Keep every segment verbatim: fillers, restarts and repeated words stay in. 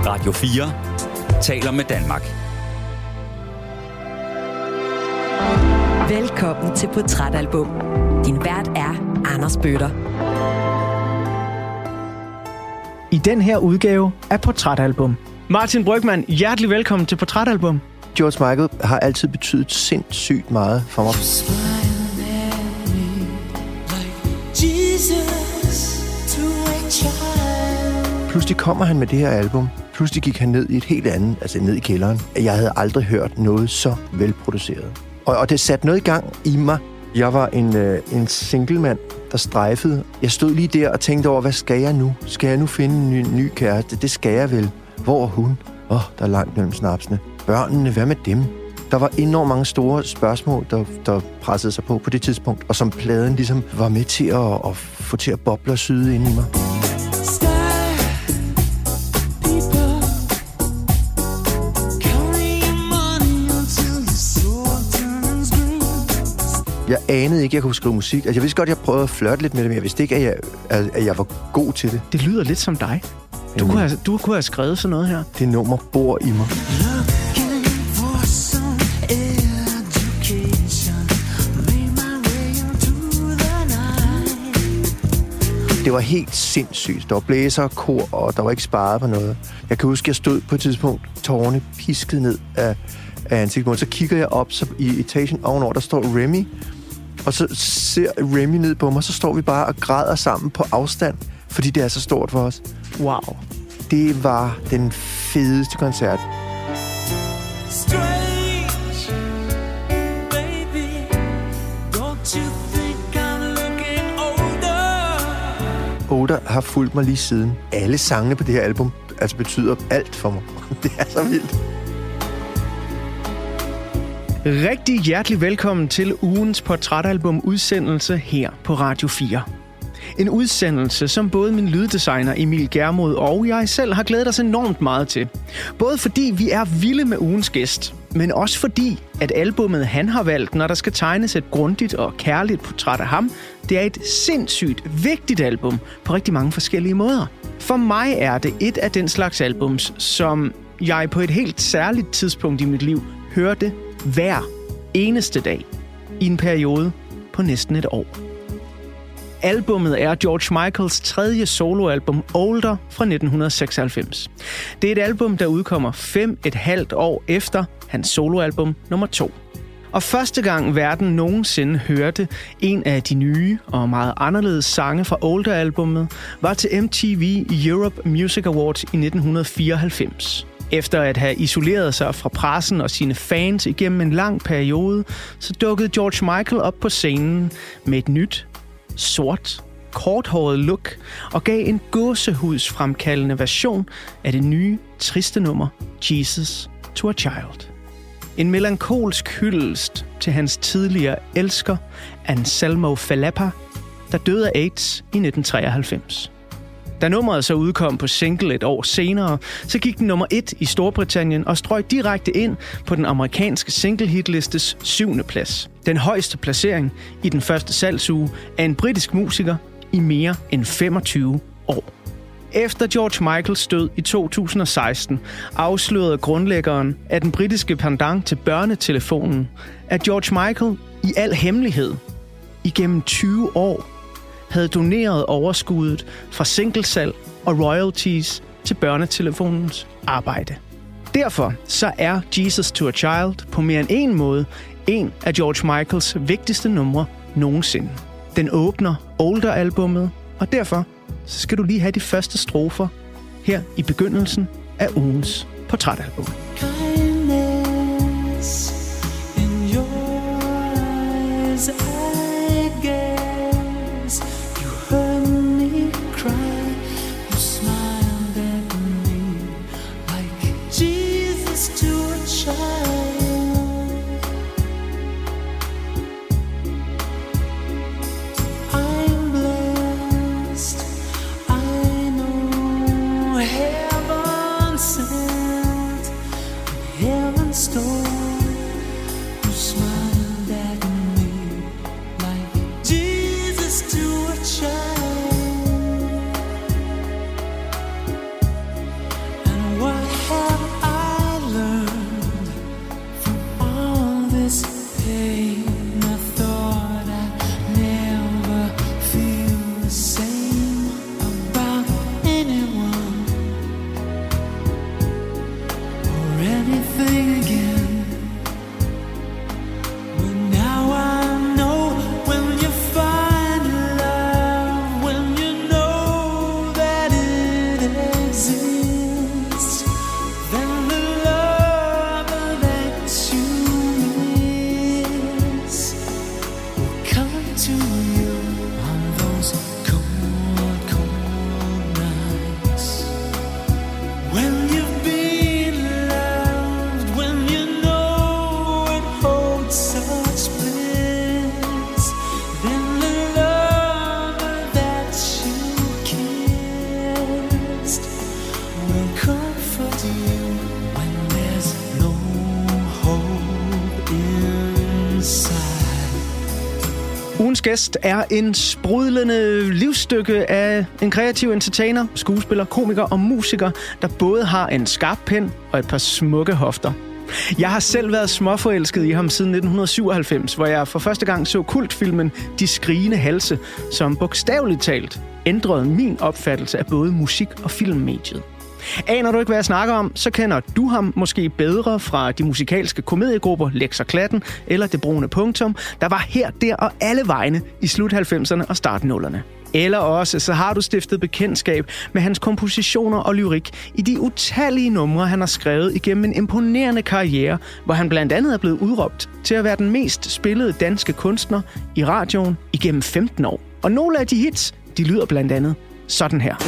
Radio fire taler med Danmark. Velkommen til Portrætalbum. Din vært er Anders Bøtter. I den her udgave af Portrætalbum. Martin Brygmann, hjertelig velkommen til Portrætalbum. George Michael har altid betydet sindssygt meget for mig. Pludselig kommer han med det her album. Pludselig gik han ned i et helt andet, altså ned i kælderen. Jeg havde aldrig hørt noget så velproduceret. Og, og det satte noget i gang i mig. Jeg var en, øh, en singlemand, der strejfede. Jeg stod lige der og tænkte over, hvad skal jeg nu? Skal jeg nu finde en ny, ny kæreste? Det skal jeg vel. Hvor er hun? Åh, oh, der er langt mellem snapsene. Børnene, hvad med dem? Der var enormt mange store spørgsmål, der, der pressede sig på på det tidspunkt, og som pladen ligesom var med til at, at få til at boble og syde ind i mig. Jeg anede ikke, at jeg kunne skrive musik. Altså, jeg vidste godt, at jeg prøvede at flirte lidt med det, men jeg vidste ikke, at jeg, at jeg var god til det. Det lyder lidt som dig. Du, mm. kunne, have, du kunne have skrevet sådan noget her. Det nummer bor i mig. Det var helt sindssygt. Der var blæser og kor, og der var ikke sparet på noget. Jeg kan huske, at jeg stod på et tidspunkt, tårerne piskede ned af, af ansigtsmålet. Så kigger jeg op så i etagen ovenover, der står Remy. Og så ser Remy ned på mig, så står vi bare og græder sammen på afstand, fordi det er så stort for os. Wow. Det var den fedeste koncert. Older har fulgt mig lige siden. Alle sangene på det her album altså betyder alt for mig. Det er så vildt. Rigtig hjertelig velkommen til ugens Portrætalbum udsendelse her på Radio fire. En udsendelse, som både min lyddesigner Emil Germod og jeg selv har glædet os enormt meget til. Både fordi vi er vilde med ugens gæst, men også fordi, at albummet han har valgt, når der skal tegnes et grundigt og kærligt portræt af ham, det er et sindssygt vigtigt album på rigtig mange forskellige måder. For mig er det et af den slags albums, som jeg på et helt særligt tidspunkt i mit liv hørte hver eneste dag i en periode på næsten et år. Albummet er George Michaels tredje soloalbum Older fra nitten seksoghalvfems. Det er et album, der udkommer fem et halvt år efter hans soloalbum nummer to. Og første gang verden nogensinde hørte en af de nye og meget anderledes sange fra Older-albummet, var til M T V Europe Music Awards i nitten fireoghalvfems. Efter at have isoleret sig fra pressen og sine fans igennem en lang periode, så dukkede George Michael op på scenen med et nyt, sort, korthåret look og gav en gåsehudsfremkaldende version af det nye, triste nummer Jesus to a Child. En melankolsk hyldest til hans tidligere elsker, Anselmo Fallappa, der døde af AIDS i nitten treoghalvfems. Da nummeret så udkom på single et år senere, så gik den nummer et i Storbritannien og strøg direkte ind på den amerikanske single-hitlistes syvende plads. Den højeste placering i den første salgsuge af en britisk musiker i mere end femogtyve år. Efter George Michaels død i to tusind og seksten afslørede grundlæggeren af den britiske pendant til børnetelefonen, at George Michael i al hemmelighed igennem tyve år havde doneret overskuddet fra singlesalg og royalties til børnetelefonens arbejde. Derfor så er Jesus to a Child på mere end en måde en af George Michaels vigtigste numre nogensinde. Den åbner Older-albummet, og derfor så skal du lige have de første strofer her i begyndelsen af ugens portrætalbum. Kindness in your eyes, I guess. You heard me cry, you smiled at me like Jesus to a child. I'm blessed, I know heaven sent gæst er en sprudlende livsstykke af en kreativ entertainer, skuespiller, komiker og musiker, der både har en skarp pen og et par smukke hofter. Jeg har selv været småforelsket i ham siden nitten syvoghalvfems, hvor jeg for første gang så kultfilmen De Skrigende Halse, som bogstaveligt talt ændrede min opfattelse af både musik og filmmediet. Aner du ikke, hvad jeg snakker om, så kender du ham måske bedre fra de musikalske komediegrupper Lex og Klatten eller Det Brune Punktum, der var her, der og alle vegne i slut halvfemserne og start nullerne. Eller også så har du stiftet bekendtskab med hans kompositioner og lyrik i de utallige numre, han har skrevet igennem en imponerende karriere, hvor han blandt andet er blevet udråbt til at være den mest spillede danske kunstner i radioen igennem femten år. Og nogle af de hits, de lyder blandt andet sådan her.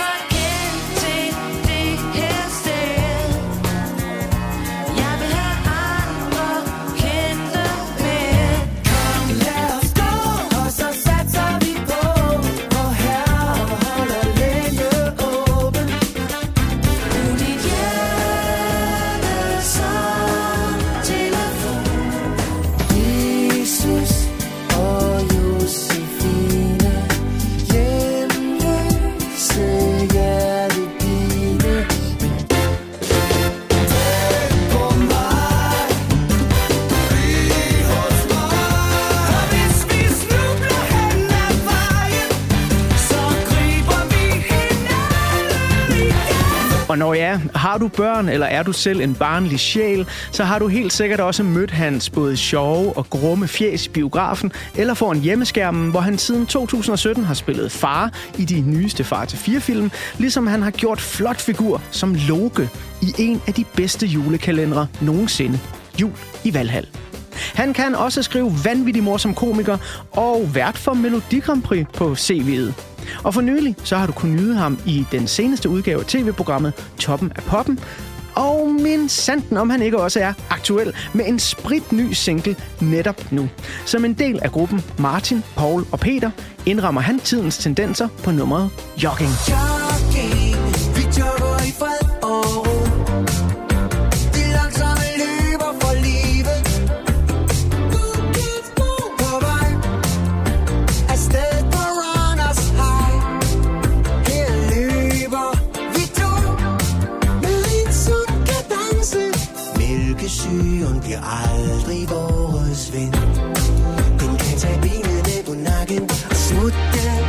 Og når ja, har du børn, eller er du selv en barnlig sjæl, så har du helt sikkert også mødt hans både sjove og grumme fjes i biografen, eller foran hjemmeskærmen, hvor han siden to tusind og sytten har spillet far i de nyeste Far til fire-film, ligesom han har gjort flot figur som Loke i en af de bedste julekalendere nogensinde, Jul i Valhall. Han kan også skrive vanvittig morsom komiker og vært for Melodi Grand Prix på C V'et. Og for nylig, så har du kunnet nyde ham i den seneste udgave af tv-programmet Toppen af Poppen. Og min sanden, om han ikke også er aktuel med en spritny single netop nu. Som en del af gruppen Martin, Paul og Peter indrammer han tidens tendenser på nummeret Jogging. Jogging, vi jogger i fred og ro. De langsomme løber for livet. På vej afsted på runners high. Her løber vi to med en sund kadence. Mælkesyren bliver aldrig vores ven. Den kan tage benene på nakken og smutte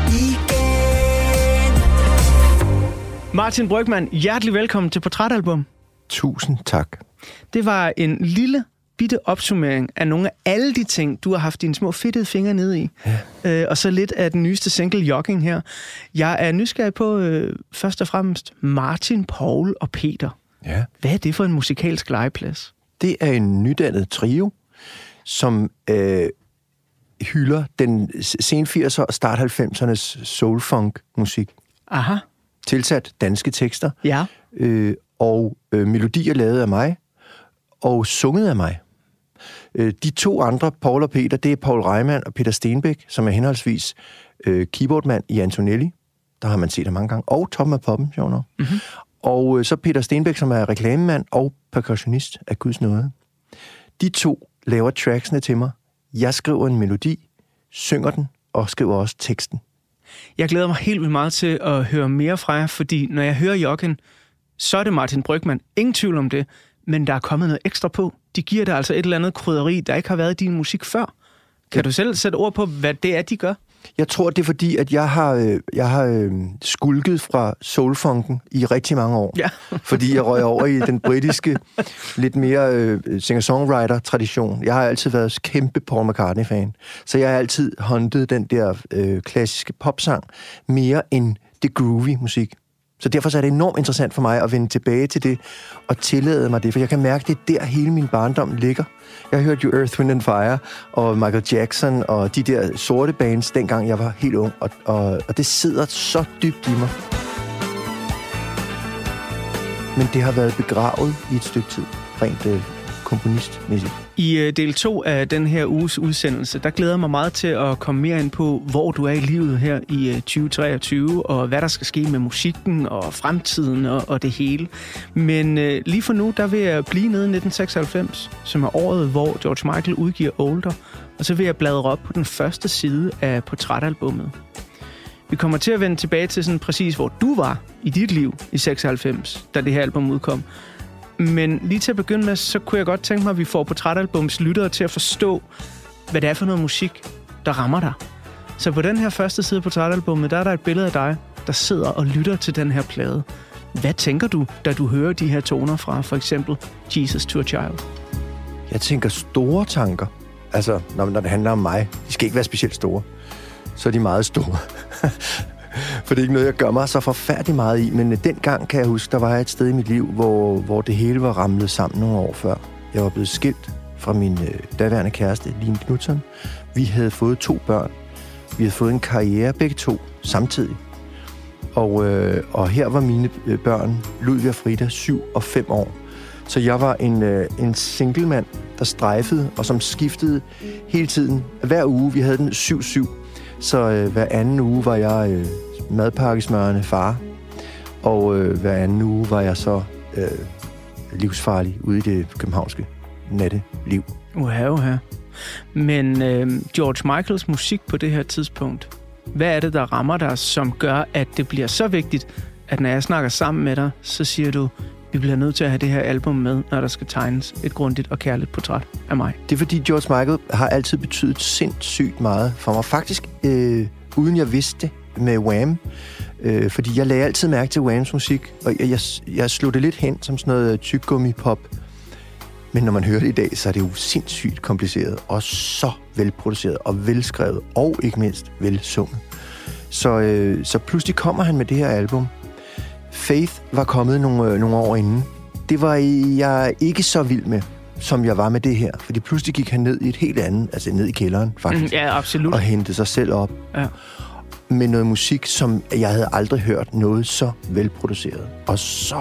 igen. Martin Brygmann, hjertelig velkommen til Portrætalbum. Tusind tak. Det var en lille bitte opsummering af nogle af alle de ting, du har haft dine små fedtede fingre nede i. Ja. Øh, og så lidt af den nyeste single Jogging her. Jeg er nysgerrig på øh, først og fremmest Martin, Paul og Peter. Ja. Hvad er det for en musikalsk legeplads? Det er en nydannet trio, som øh, hylder den sen firser og start halvfemsernes soul-funk-musik. Aha. Tilsat danske tekster. Ja. Øh, og øh, melodier lavet af mig, og sunget af mig. Øh, de to andre, Paul og Peter, det er Paul Reimann og Peter Stenbæk, som er henholdsvis øh, keyboardmand i Antonelli, der har man set ham mange gange, og Toppen af Poppen, sjovt nok. Mm-hmm. Og øh, så Peter Stenbæk, som er reklamemand og percussionist af Guds nåde. De to laver tracksene til mig. Jeg skriver en melodi, synger den, og skriver også teksten. Jeg glæder mig helt vildt meget til at høre mere fra jer, fordi når jeg hører Jogging, så er det Martin Brygmann. Ingen tvivl om det, men der er kommet noget ekstra på. De giver dig altså et eller andet krydderi, der ikke har været i din musik før. Kan du selv sætte ord på, hvad det er, de gør? Jeg tror, det er fordi, at jeg har, øh, jeg har øh, skulket fra soulfunken i rigtig mange år. Ja. Fordi jeg røg over i den britiske, lidt mere øh, singer-songwriter-tradition. Jeg har altid været kæmpe Paul McCartney-fan. Så jeg har altid håndtet den der øh, klassiske popsang mere end det groovy musik. Så derfor så er det enormt interessant for mig at vende tilbage til det og tillade mig det, for jeg kan mærke, at det er der hele min barndom ligger. Jeg har hørt jo Earth, Wind and Fire og Michael Jackson og de der sorte bands, dengang jeg var helt ung, og, og, og det sidder så dybt i mig. Men det har været begravet i et stykke tid, rent øh, komponistmæssigt. I uh, del to af den her uges udsendelse, der glæder jeg mig meget til at komme mere ind på, hvor du er i livet her i uh, tyve treogtyve, og hvad der skal ske med musikken og fremtiden og, og det hele. Men uh, lige for nu, der vil jeg blive nede i nitten seksoghalvfems, som er året, hvor George Michael udgiver Older, og så vil jeg bladre op på den første side af portrætalbummet. Vi kommer til at vende tilbage til sådan præcis, hvor du var i dit liv i seksoghalvfems, da det her album udkom. Men lige til at begynde med, så kunne jeg godt tænke mig, at vi får portrætalbums lyttere til at forstå, hvad det er for noget musik, der rammer dig. Så på den her første side af portrætalbummet, der er der et billede af dig, der sidder og lytter til den her plade. Hvad tænker du, da du hører de her toner fra for eksempel Jesus to a Child? Jeg tænker store tanker. Altså, når, når det handler om mig. De skal ikke være specielt store. Så er de meget store. For det er ikke noget, jeg gør mig så forfærdeligt meget i. Men dengang kan jeg huske, der var et sted i mit liv, hvor, hvor det hele var ramlet sammen nogle år før. Jeg var blevet skilt fra min øh, daværende kæreste, Line Knudsen. Vi havde fået to børn. Vi havde fået en karriere, begge to, samtidig. Og, øh, og her var mine øh, børn, Ludvig og Frida, syv og fem år. Så jeg var en, øh, en singlemand, der strejfede, og som skiftede hele tiden. Hver uge, vi havde den syv syv. Så øh, hver anden uge var jeg øh, madpakkesmørende far, og øh, hver anden uge var jeg så øh, livsfarlig ude i det københavnske natteliv. Uha, uha. Men øh, George Michaels musik på det her tidspunkt, hvad er det, der rammer dig, som gør, at det bliver så vigtigt, at når jeg snakker sammen med dig, så siger du, vi bliver nødt til at have det her album med, når der skal tegnes et grundigt og kærligt portræt af mig. Det er fordi George Michael har altid betydet sindssygt meget for mig. Faktisk øh, uden jeg vidste det med Wham. Øh, fordi jeg lagde altid mærke til Whams musik, og jeg, jeg, jeg slog det lidt hen som sådan noget tyggegummi-pop. Men når man hører det i dag, så er det jo sindssygt kompliceret, og så velproduceret og velskrevet, og ikke mindst velsunget. Så, øh, så pludselig kommer han med det her album. Faith var kommet nogle, øh, nogle år inden. Det var jeg ikke så vild med, som jeg var med det her. Fordi pludselig gik han ned i et helt andet, altså ned i kælderen faktisk. Mm, ja, absolut. Og hentede sig selv op. Ja. Med noget musik, som jeg havde aldrig hørt noget så velproduceret. Og så,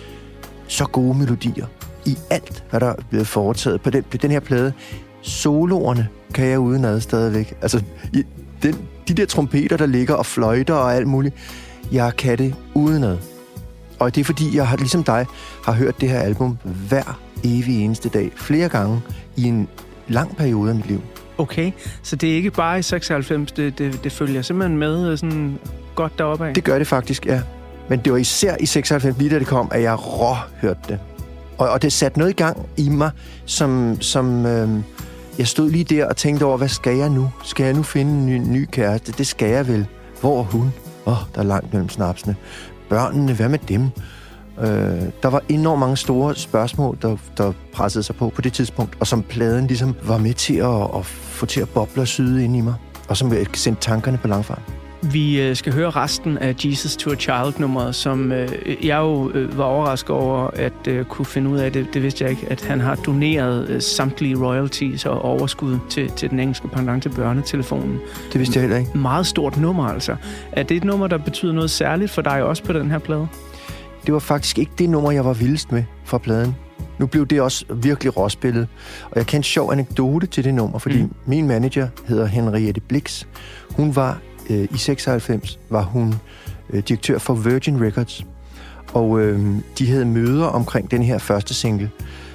så gode melodier i alt, hvad der er blevet foretaget på den, på den her plade. Soloerne kan jeg udenad stadigvæk. Altså, i, den, de der trompeter, der ligger og fløjter og alt muligt, jeg kan det udenad. Og det er fordi, jeg har, ligesom dig, har hørt det her album hver evig eneste dag, flere gange i en lang periode af mit liv. Okay, så det er ikke bare i seksoghalvfems, det, det, det følger simpelthen med sådan godt deroppe af? Det gør det faktisk, ja. Men det var især i seksoghalvfems, lige da det kom, at jeg rå hørte det. Og, og det satte noget i gang i mig, som, som øh, jeg stod lige der og tænkte over, hvad skal jeg nu? Skal jeg nu finde en ny, ny kæreste? Det skal jeg vel. Hvor er hun? Åh, oh, der er langt mellem snapsene. Børnene, hvad med dem? Øh, der var enormt mange store spørgsmål, der, der pressede sig på på det tidspunkt, og som pladen ligesom var med til at, at få til at boble og syde ind i mig, og som sendte tankerne på langfart. Vi skal høre resten af Jesus to a Child-nummeret, som øh, jeg jo øh, var overrasket over at øh, kunne finde ud af. Det, det vidste jeg ikke, at han har doneret øh, samtlige royalties og overskud til, til den engelske pendant til børnetelefonen. Det vidste jeg heller ikke. Meget stort nummer, altså. Er det et nummer, der betyder noget særligt for dig også på den her plade? Det var faktisk ikke det nummer, jeg var vildest med fra pladen. Nu blev det også virkelig råspillet. Og jeg kan en sjov anekdote til det nummer, fordi mm. min manager hedder Henriette Blix. Hun var øh, i seksoghalvfems var hun øh, direktør for Virgin Records. Og øh, de havde møder omkring den her første single.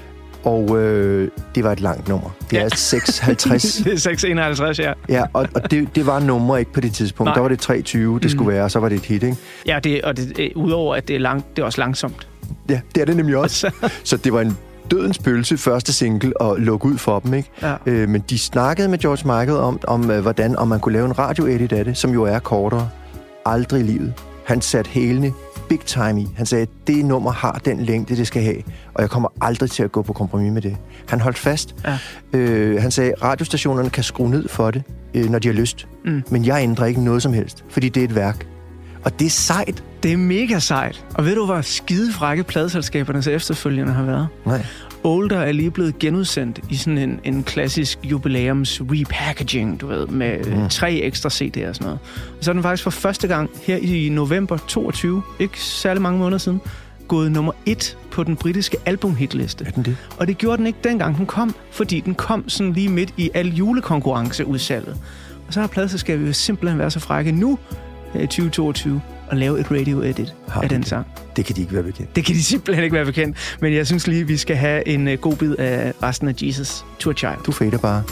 Og øh, det var et langt nummer. Det er ja. seks halvtreds. Det er seks enoghalvtreds, ja. Ja, og, og det, det var nummer ikke på det tidspunkt. Nej. Der var det tre tyve, det mm. skulle være, og så var det et hit, ikke? Ja, det, og det, udover at det er, langt, det er også langsomt. Ja, det er det nemlig også. Så det var en dødens pølse, første single, og lukke ud for dem, ikke? Ja. Øh, men de snakkede med George Michael om, om øh, hvordan om man kunne lave en radio-edit af det, som jo er kortere. Aldrig i livet. Han satte hælene big time i. Han sagde, at det nummer har den længde, det skal have, og jeg kommer aldrig til at gå på kompromis med det. Han holdt fast. Ja. Øh, han sagde, radiostationerne kan skrue ned for det, øh, når de har lyst. Mm. Men jeg ændrer ikke noget som helst, fordi det er et værk. Og det er sejt. Det er mega sejt. Og ved du, hvor skide frække pladeselskaberne så efterfølgende har været? Nej. Older er lige blevet genudsendt i sådan en, en klassisk jubilæums repackaging, du ved, med mm. tre ekstra C D'er og sådan noget. Og så er den faktisk for første gang her i november toogtyve, ikke særlig mange måneder siden, gået nummer et på den britiske albumhitliste. Er den det? Og det gjorde den ikke dengang den kom, fordi den kom sådan lige midt i al julekonkurrenceudsalget. Og så har pladselskabet jo simpelthen været så frække nu, i tyve toogtyve, at lave et radio-edit af den det? sang. Det kan de ikke være bekendt. Det kan de simpelthen ikke være bekendt. Men jeg synes lige, vi skal have en uh, god bid af resten af Jesus to a Child. Du fader bare.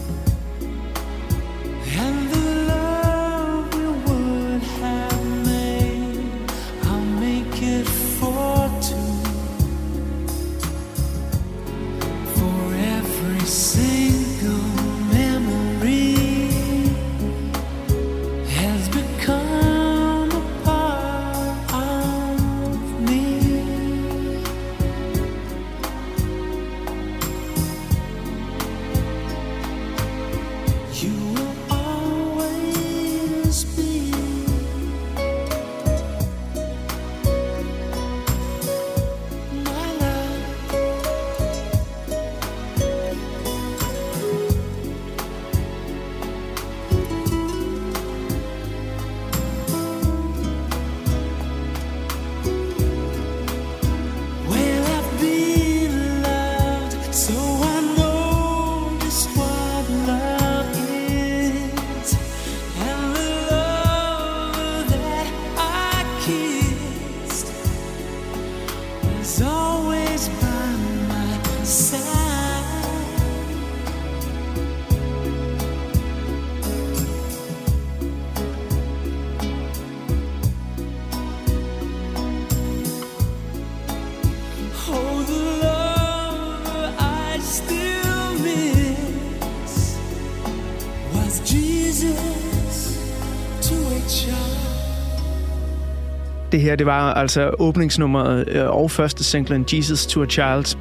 Det her, det var altså åbningsnummeret og første singlen Jesus to a Child.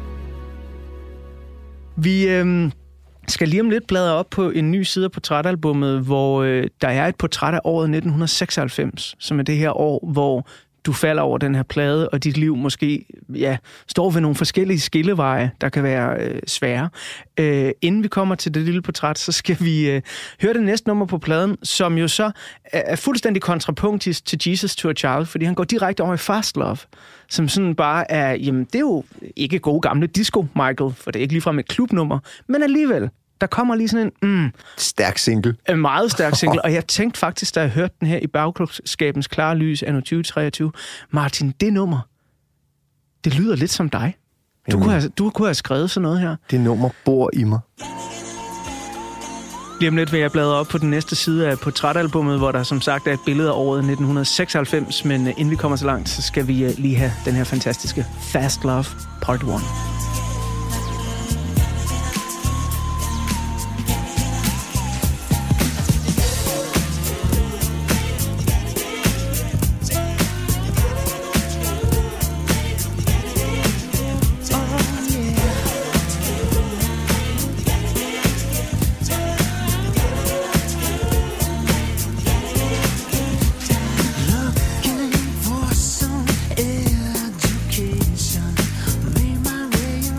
Vi øh, skal lige om lidt bladre op på en ny side af portrætalbummet, hvor øh, der er et portræt af året nitten seksoghalvfems, som er det her år, hvor du falder over den her plade, og dit liv måske ja, står ved nogle forskellige skilleveje, der kan være øh, svære. Øh, inden vi kommer til det lille portræt, så skal vi øh, høre det næste nummer på pladen, som jo så er, er fuldstændig kontrapunktisk til Jesus to a Child, fordi han går direkte over i Fast Love, som sådan bare er, jamen det er jo ikke gode gamle disco, Michael, for det er ikke ligefrem et klubnummer, men alligevel. Der kommer lige sådan en... Mm, stærk single. En meget stærk single, og jeg tænkte faktisk, da jeg hørte den her i bagklubskabens klare lys anno tyve treogtyve, Martin, det nummer, det lyder lidt som dig. Du, kunne have, du kunne have skrevet sådan noget her. Det nummer bor i mig. Lige om lidt vil jeg bladre op på den næste side af portrætalbummet, hvor der som sagt er et billede af året nitten seksoghalvfems, men inden vi kommer så langt, så skal vi lige have den her fantastiske Fast Love Part et. Looking for some education, made my way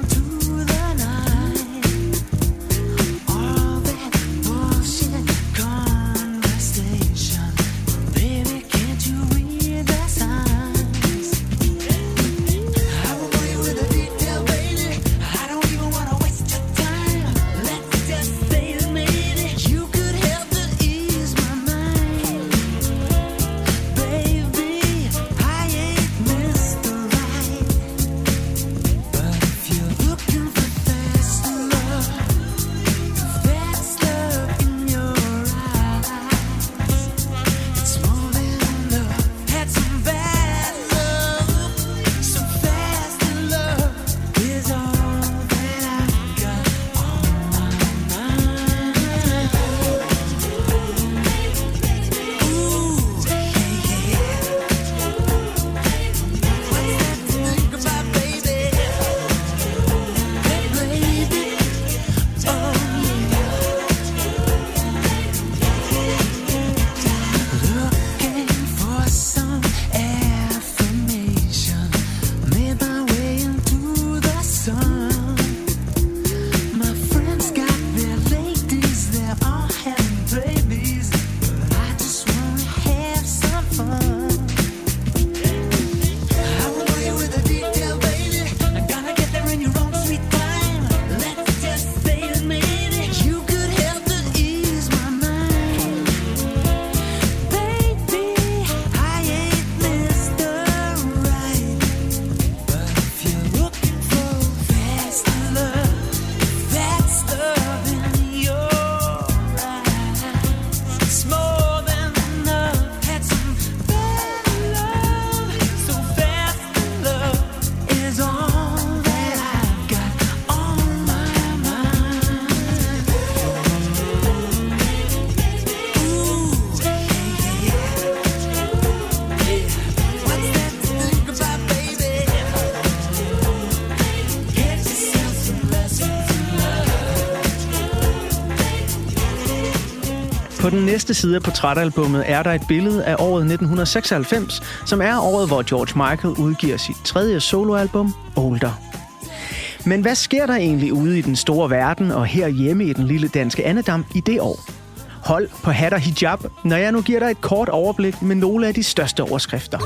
På den næste side af portrætalbummet er der et billede af året nitten seksoghalvfems, som er året, hvor George Michael udgiver sit tredje soloalbum, Older. Men hvad sker der egentlig ude i den store verden og herhjemme i den lille danske andedam i det år? Hold på hat og hijab, når jeg nu giver dig et kort overblik med nogle af de største overskrifter.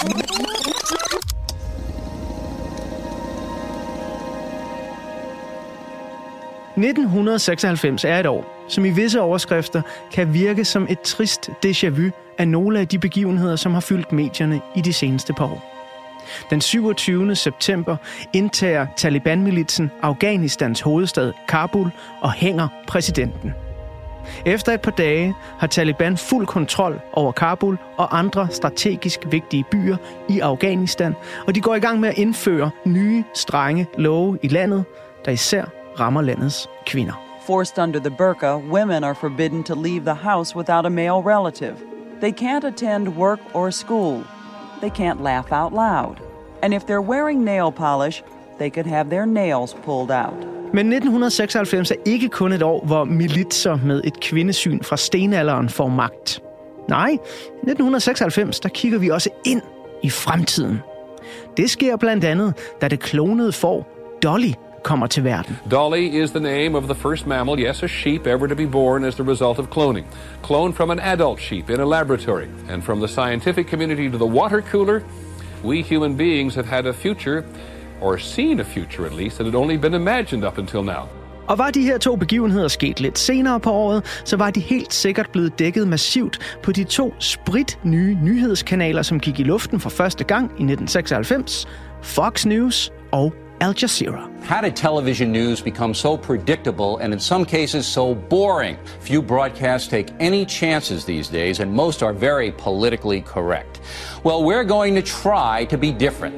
nitten seksoghalvfems er et år, som i visse overskrifter kan virke som et trist déjà vu af nogle af de begivenheder, som har fyldt medierne i de seneste par år. Den syvogtyvende september indtager Taliban-militsen Afghanistans hovedstad Kabul og hænger præsidenten. Efter et par dage har Taliban fuld kontrol over Kabul og andre strategisk vigtige byer i Afghanistan, og de går i gang med at indføre nye, strenge love i landet, der især rammer landets kvinder. Forced under the burqa, women are forbidden to leave the house without a male relative. They can't attend work or school. They can't laugh out loud. And if they're wearing nail polish, they could have their nails pulled out. Men nitten seksoghalvfems er ikke kun et år, hvor militser med et kvindesyn fra stenalderen får magt. Nej, i nitten seksoghalvfems der kigger vi også ind i fremtiden. Det sker blandt andet, da det klonede får Dolly kommer til verden. Dolly is the name of the first mammal, yes, a sheep ever to be born as the result of cloning. Cloned from an adult sheep in a laboratory. And from the scientific community to the water cooler, we human beings have had a future, or seen a future at least, that had only been imagined up until now. Og var de her to begivenheder sket lidt senere på året, så var de helt sikkert blevet dækket massivt på de to sprit nye nyhedskanaler, som gik i luften for første gang i nitten seksoghalvfems, Fox News og Al Jazeera. How did television news become so predictable and in some cases so boring? Few broadcasts take any chances these days, and most are very politically correct. Well, we're going to try to be different.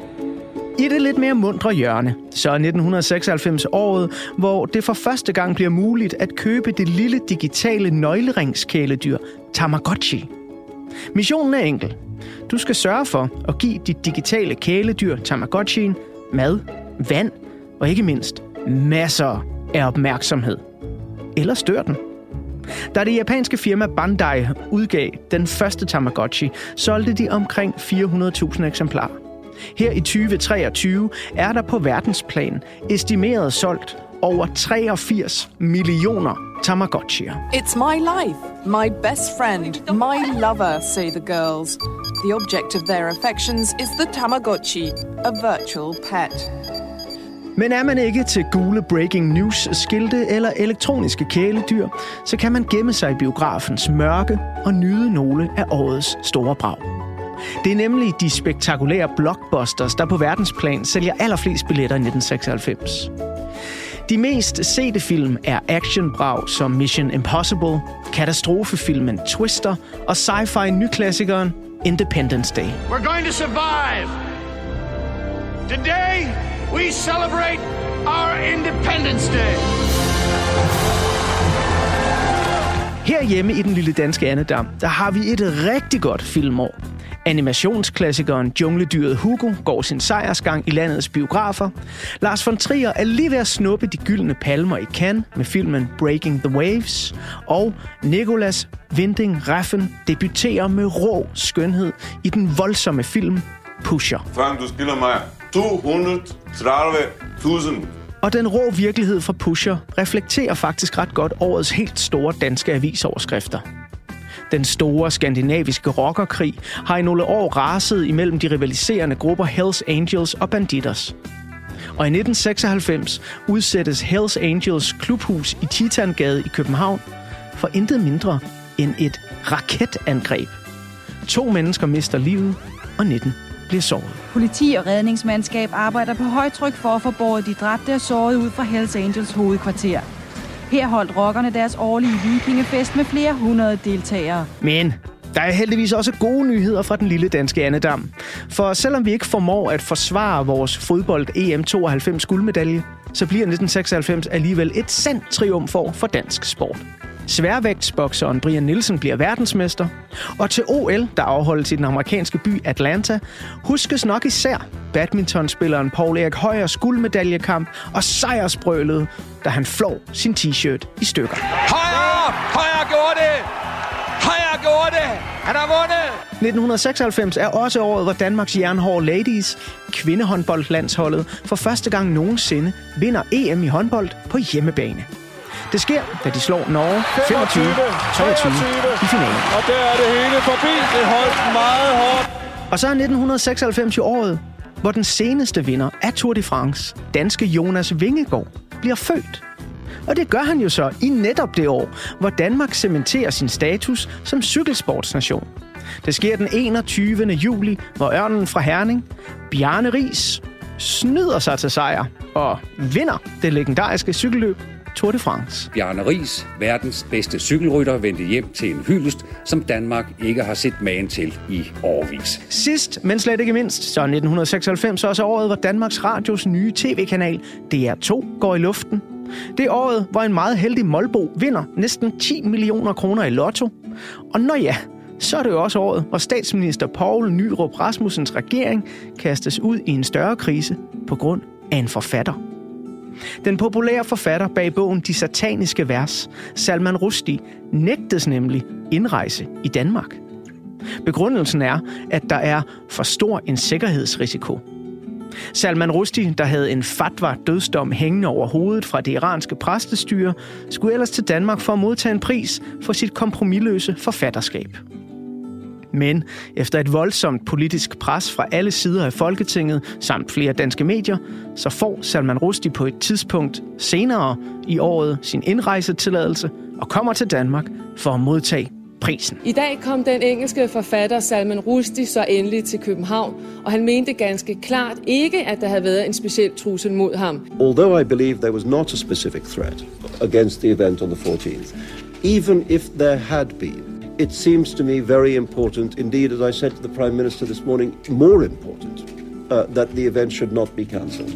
I det lidt mere mundre hjørne, så er nitten seksoghalvfems året, hvor det for første gang bliver muligt at købe det lille digitale nøgleringskæledyr Tamagotchi. Missionen er enkel. Du skal sørge for at give dit digitale kæledyr Tamagotchien mad, vand og ikke mindst masser af opmærksomhed. Eller stør den. Da det japanske firma Bandai udgav den første Tamagotchi, solgte de omkring fire hundrede tusind eksemplarer. Her i tyve treogtyve er der på verdensplan estimeret solgt over treogfirs millioner Tamagotchier. It's my life, my best friend, my lover, say the girls. The object of their affections is the Tamagotchi, a virtual pet. Men er man ikke til gule breaking news skilte eller elektroniske kæledyr, så kan man gemme sig i biografens mørke og nyde nogle af årets store brag. Det er nemlig de spektakulære blockbusters, der på verdensplan sælger allerflest billetter i nitten seksoghalvfems. De mest sete film er actionbrag som Mission Impossible, katastrofefilmen Twister og sci-fi nyklassikeren Independence Day. We're going to survive. Today we celebrate our Independence Day. Herhjemme i den lille danske andedam, der har vi et rigtig godt filmår. Animationsklassikeren Jungledyret Hugo går sin sejrsgang i landets biografer. Lars von Trier er lige ved at snuppe de gyldne palmer i Cannes med filmen Breaking the Waves. Og Nicolas Winding Refn debuterer med rå skønhed i den voldsomme film Pusher. Frank, du skylder mig to hundrede og tredive tusind. Og den rå virkelighed fra Pusher reflekterer faktisk ret godt årets helt store danske avisoverskrifter. Den store skandinaviske rockerkrig har i nogle år raset imellem de rivaliserende grupper Hells Angels og Bandidos. Og i nitten seksoghalvfems udsættes Hells Angels klubhus i Titangade i København for intet mindre end et raketangreb. To mennesker mister livet, og nitten bliver såret. Politi og redningsmandskab arbejder på højtryk for at få båret de dræbte og sårede ud fra Hells Angels hovedkvarter. Her holdt rockerne deres årlige vikingefest med flere hundrede deltagere. Men der er heldigvis også gode nyheder fra den lille danske andedam. For selvom vi ikke formår at forsvare vores fodbold-E M tooghalvfems guldmedalje, så bliver nitten seksoghalvfems alligevel et sandt triumfår for dansk sport. Sværvægtsbokseren Brian Nielsen bliver verdensmester, og til O L, der afholdes i den amerikanske by Atlanta, huskes nok især badmintonspilleren Paul Erik Højers guldmedaljekamp og sejrsbrølet, da han flår sin t-shirt i stykker. Højer! Højer gjorde det! nitten seksoghalvfems er også året, hvor Danmarks jernhårde ladies, kvindehåndboldlandsholdet, for første gang nogensinde vinder E M i håndbold på hjemmebane. Det sker, da de slår Norge femogtyve treogtyve i finalen. Og der er det hele forbi. Det holdt meget hårdt. Og så er nitten seksoghalvfems i året, hvor den seneste vinder af Tour de France, danske Jonas Vingegaard, bliver født. Og det gør han jo så i netop det år, hvor Danmark cementerer sin status som cykelsportsnation. Det sker den enogtyvende juli, hvor ørnen fra Herning, Bjarne Riis, snyder sig til sejr og vinder det legendariske cykelløb Tour de France. Bjarne Riis, verdens bedste cykelrytter, vendte hjem til en hyldest, som Danmark ikke har set magen til i årevis. Sidst, men slet ikke mindst, så er nitten seksoghalvfems også året, hvor Danmarks Radios nye tv-kanal D R to går i luften. Det er året, hvor en meget heldig Molbo vinder næsten ti millioner kroner i lotto. Og når ja, så er det jo også året, hvor statsminister Poul Nyrup Rasmussens regering kastes ud i en større krise på grund af en forfatter. Den populære forfatter bag bogen De Sataniske Vers, Salman Rushdie, nægtes nemlig indrejse i Danmark. Begrundelsen er, at der er for stor en sikkerhedsrisiko. Salman Rushdie, der havde en fatwa dødsdom hængende over hovedet fra det iranske præstestyre, skulle ellers til Danmark for at modtage en pris for sit kompromisløse forfatterskab. Men efter et voldsomt politisk pres fra alle sider af Folketinget samt flere danske medier, så får Salman Rushdie på et tidspunkt senere i året sin indrejsetilladelse og kommer til Danmark for at modtage prisen. I dag kom den engelske forfatter Salman Rushdie så endelig til København, og han mente ganske klart ikke, at der havde været en speciel trussel mod ham. Although I believe there was not a specific threat against the event on the fourteenth, even if there had been, it seems to me very important, indeed, as I said to the Prime Minister this morning, more important, uh, that the event should not be cancelled.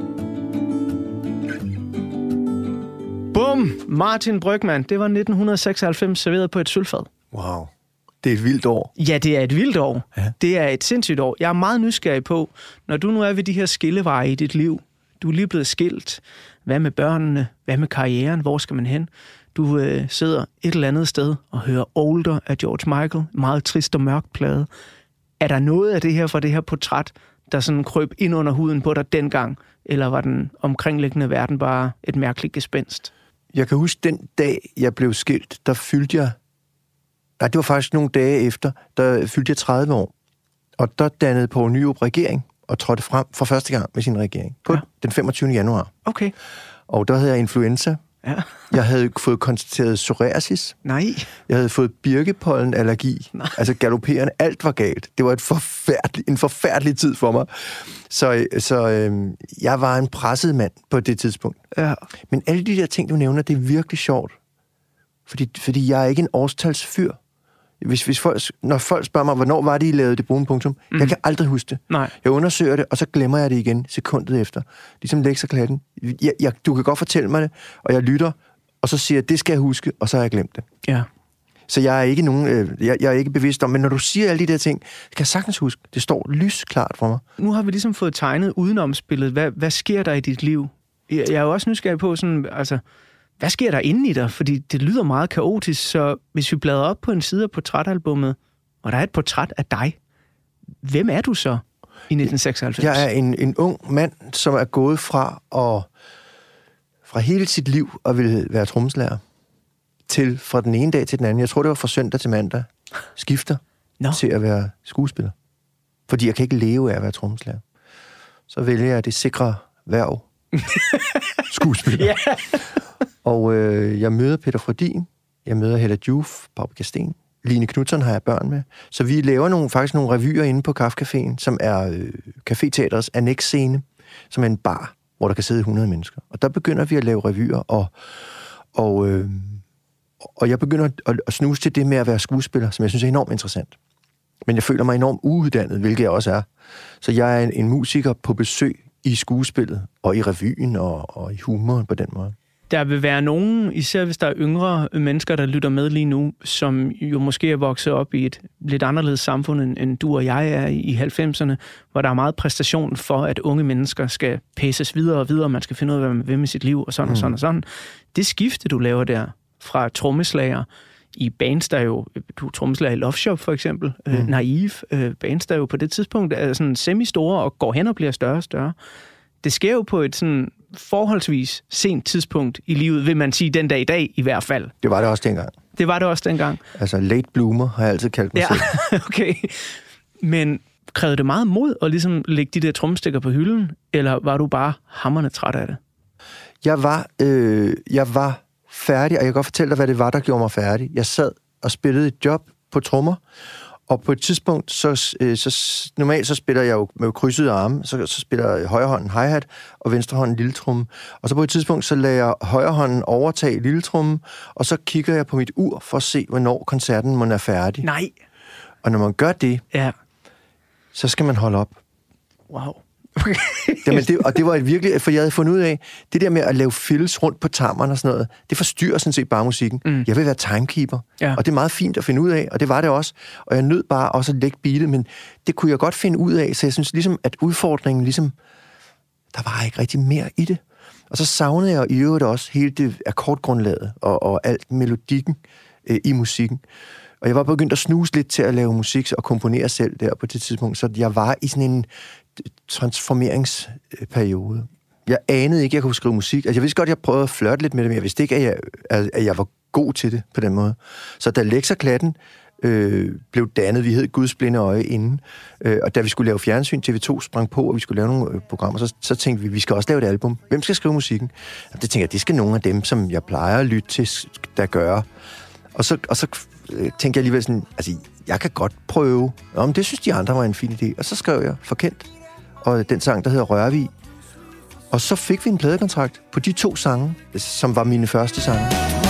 Bum! Martin Brygmann. Det var nitten seksoghalvfems serveret på et sølvfad. Wow. Det er et vildt år. Ja, det er et vildt år. Ja. Det er et sindssygt år. Jeg er meget nysgerrig på, når du nu er ved de her skilleveje i dit liv. Du er lige blevet skilt. Hvad med børnene? Hvad med karrieren? Hvor skal man hen? Du øh, sidder et eller andet sted og hører Older af George Michael. Meget trist og mørk plade. Er der noget af det her fra det her portræt, der sådan krøb ind under huden på dig dengang? Eller var den omkringliggende verden bare et mærkeligt gespenst? Jeg kan huske, den dag, jeg blev skilt, der fyldte jeg... Nej, det var faktisk nogle dage efter, der fyldte jeg tredive år. Og der dannede Poul Nyrup regering og trådte frem for første gang med sin regering. På ja. den femogtyvende januar. Okay. Og der havde jeg influenza. Ja. Jeg havde fået konstateret psoriasis. Nej. Jeg havde fået birkepollenallergi. Nej. Altså galopperende. Alt var galt. Det var et forfærdelig, en forfærdelig tid for mig. Så, så øhm, jeg var en presset mand på det tidspunkt. Ja. Men alle de der ting, du nævner, det er virkelig sjovt. Fordi, fordi jeg er ikke en årstalsfyr. Hvis, hvis folk, når folk spørger mig, hvornår var det, I lavede det brune punktum, mm. jeg kan aldrig huske det. Nej. Jeg undersøger det, og så glemmer jeg det igen sekundet efter. Ligesom lekserklatten. Jeg, jeg, du kan godt fortælle mig det, og jeg lytter, og så siger jeg, det skal jeg huske, og så har jeg glemt det. Ja. Så jeg er ikke nogen, øh, jeg, jeg er ikke bevidst om, men når du siger alle de der ting, kan jeg sagtens huske, det står lysklart for mig. Nu har vi ligesom fået tegnet udenomspillet. Hvad, hvad sker der i dit liv? Jeg, jeg er jo også nysgerrig på sådan, altså, hvad sker der inde i dig? Fordi det lyder meget kaotisk, så hvis vi bladrer op på en side af portrætalbummet, og der er et portræt af dig, hvem er du så i nitten seksoghalvfems? Jeg er en, en ung mand, som er gået fra at, fra hele sit liv at ville være trommeslager, til fra den ene dag til den anden, jeg tror det var fra søndag til mandag, skifter no. til at være skuespiller. Fordi jeg kan ikke leve af at være trommeslager. Så vælger jeg det sikre hverv. Skuespiller. Yeah. Og øh, jeg møder Peter Frödin, jeg møder Hella Joof, Paprika Steen, Line Knutzon har jeg børn med. Så vi laver nogle, faktisk nogle revyer inde på Kaffecaféen, som er øh, Caféteatrets annexscene, som er en bar, hvor der kan sidde hundrede mennesker. Og der begynder vi at lave revyer, og, og, øh, og jeg begynder at, at snuse til det med at være skuespiller, som jeg synes er enormt interessant. Men jeg føler mig enormt uuddannet, hvilket jeg også er. Så jeg er en, en musiker på besøg i skuespillet, og i revyen, og, og i humoren på den måde. Der vil være nogen, især hvis der er yngre mennesker, der lytter med lige nu, som jo måske er vokset op i et lidt anderledes samfund, end du og jeg er i halvfemserne, hvor der er meget præstation for, at unge mennesker skal pæses videre og videre, man skal finde ud af, hvad man vil med sit liv, og sådan mm. og sådan og sådan. Det skifte, du laver der fra trommeslager i bands, der jo, du er trommeslager i Love Shop for eksempel, mm. øh, Naive, øh, bands, der jo på det tidspunkt er sådan semi-store og går hen og bliver større og større. Det sker jo på et sådan forholdsvis sent tidspunkt i livet, vil man sige den dag i dag i hvert fald. Det var det også dengang. Det var det også dengang. Altså late bloomer har jeg altid kaldt mig ja, selv. Okay. Men krævede det meget mod at ligesom lægge de der trommestikker på hylden, eller var du bare hamrende træt af det? Jeg var, øh, jeg var færdig, og jeg kan godt fortælle dig, hvad det var, der gjorde mig færdig. Jeg sad og spillede et job på trommer, og på et tidspunkt, så, øh, så normalt så spiller jeg jo med krydsede arme, så, så spiller jeg højrehånden hi-hat, og venstrehånden lille tromme. Og så på et tidspunkt, så lader jeg højrehånden overtage lille tromme, og så kigger jeg på mit ur for at se, hvornår koncerten må er færdig. Nej! Og når man gør det, ja. så skal man holde op. Wow. Jamen det, og det var et virkelig, for jeg havde fundet ud af, det der med at lave fills rundt på tammeren og sådan noget, det forstyrrer sådan set bare musikken. Mm. Jeg vil være timekeeper, ja. Og det er meget fint at finde ud af, og det var det også. Og jeg nød bare også at lægge beatet, men det kunne jeg godt finde ud af, så jeg synes ligesom, at udfordringen ligesom, der var ikke rigtig mere i det. Og så savnede jeg i øvrigt også hele det akkordgrundlaget og, og alt melodikken øh, i musikken. Og jeg var begyndt at snuse lidt til at lave musik og komponere selv der på det tidspunkt, så jeg var i sådan en transformeringsperiode. Jeg anede ikke, at jeg kunne skrive musik. Altså, jeg vidste godt, at jeg prøvede at flirte lidt med det, men jeg vidste ikke, at jeg, at jeg var god til det på den måde. Så da Lex og Klatten øh, blev dannet, vi hed Guds blinde øje inden, øh, og da vi skulle lave fjernsyn, T V to sprang på, og vi skulle lave nogle øh, programmer, så, så tænkte vi, vi skal også lave et album. Hvem skal skrive musikken? Og det tænkte jeg, det skal nogle af dem, som jeg plejer at lytte til, der gør. Og så, og så øh, tænkte jeg alligevel sådan, altså, jeg kan godt prøve. Nå, men det synes de andre var en fin idé. Og så skrev jeg Forkendt, og den sang, der hedder Rørvig. Og så fik vi en pladekontrakt på de to sange, som var mine første sange.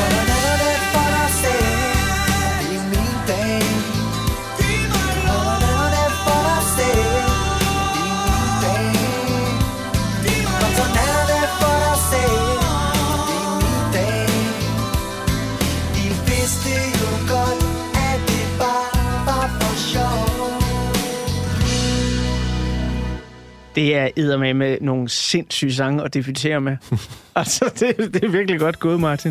Det er eddermame med nogle sindssyge sange at debutere med. Altså, det, det er virkelig godt gået, Martin.